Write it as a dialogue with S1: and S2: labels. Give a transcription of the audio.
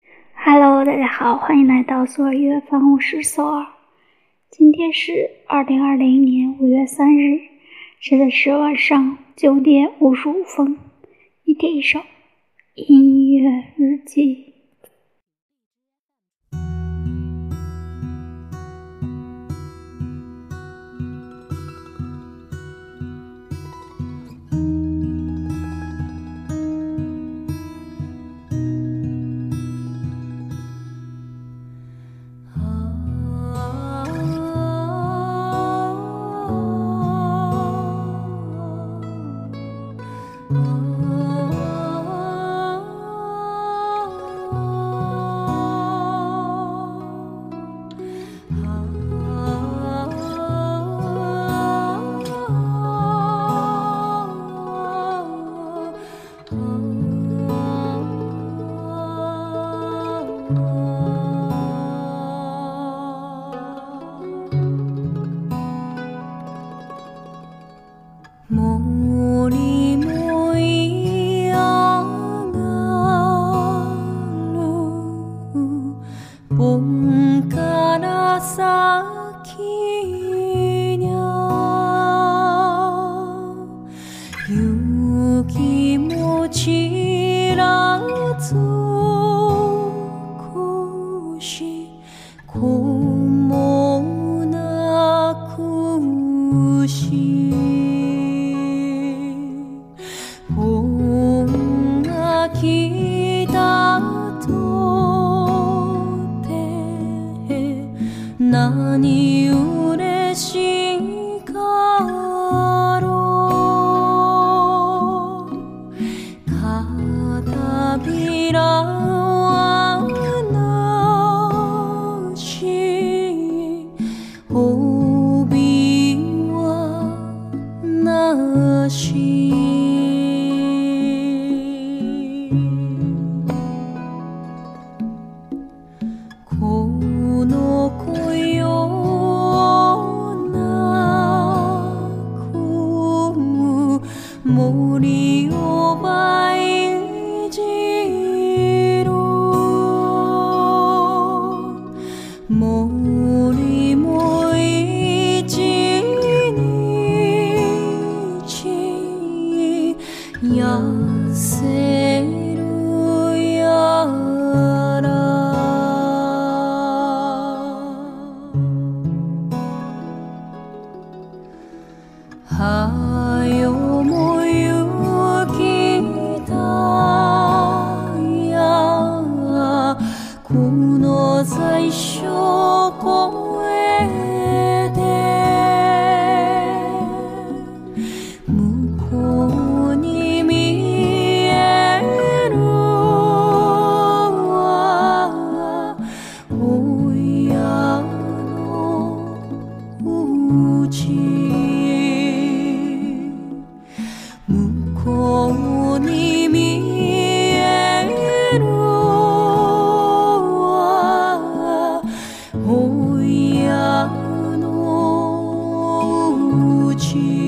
S1: Hello， 大家好，欢迎来到索尔乐坊，我是索尔。今天是2020年5月3日，现在是晚上9点55分。一点一首音乐日记。
S2: 何嬉しいかろう片びらはなし帯はなしこの恋を泣く森を倍じろ森も一日痩せるやらはよも行きたやこの最初越えて向こうに見えるは親のうち向こうに見えるは親のうち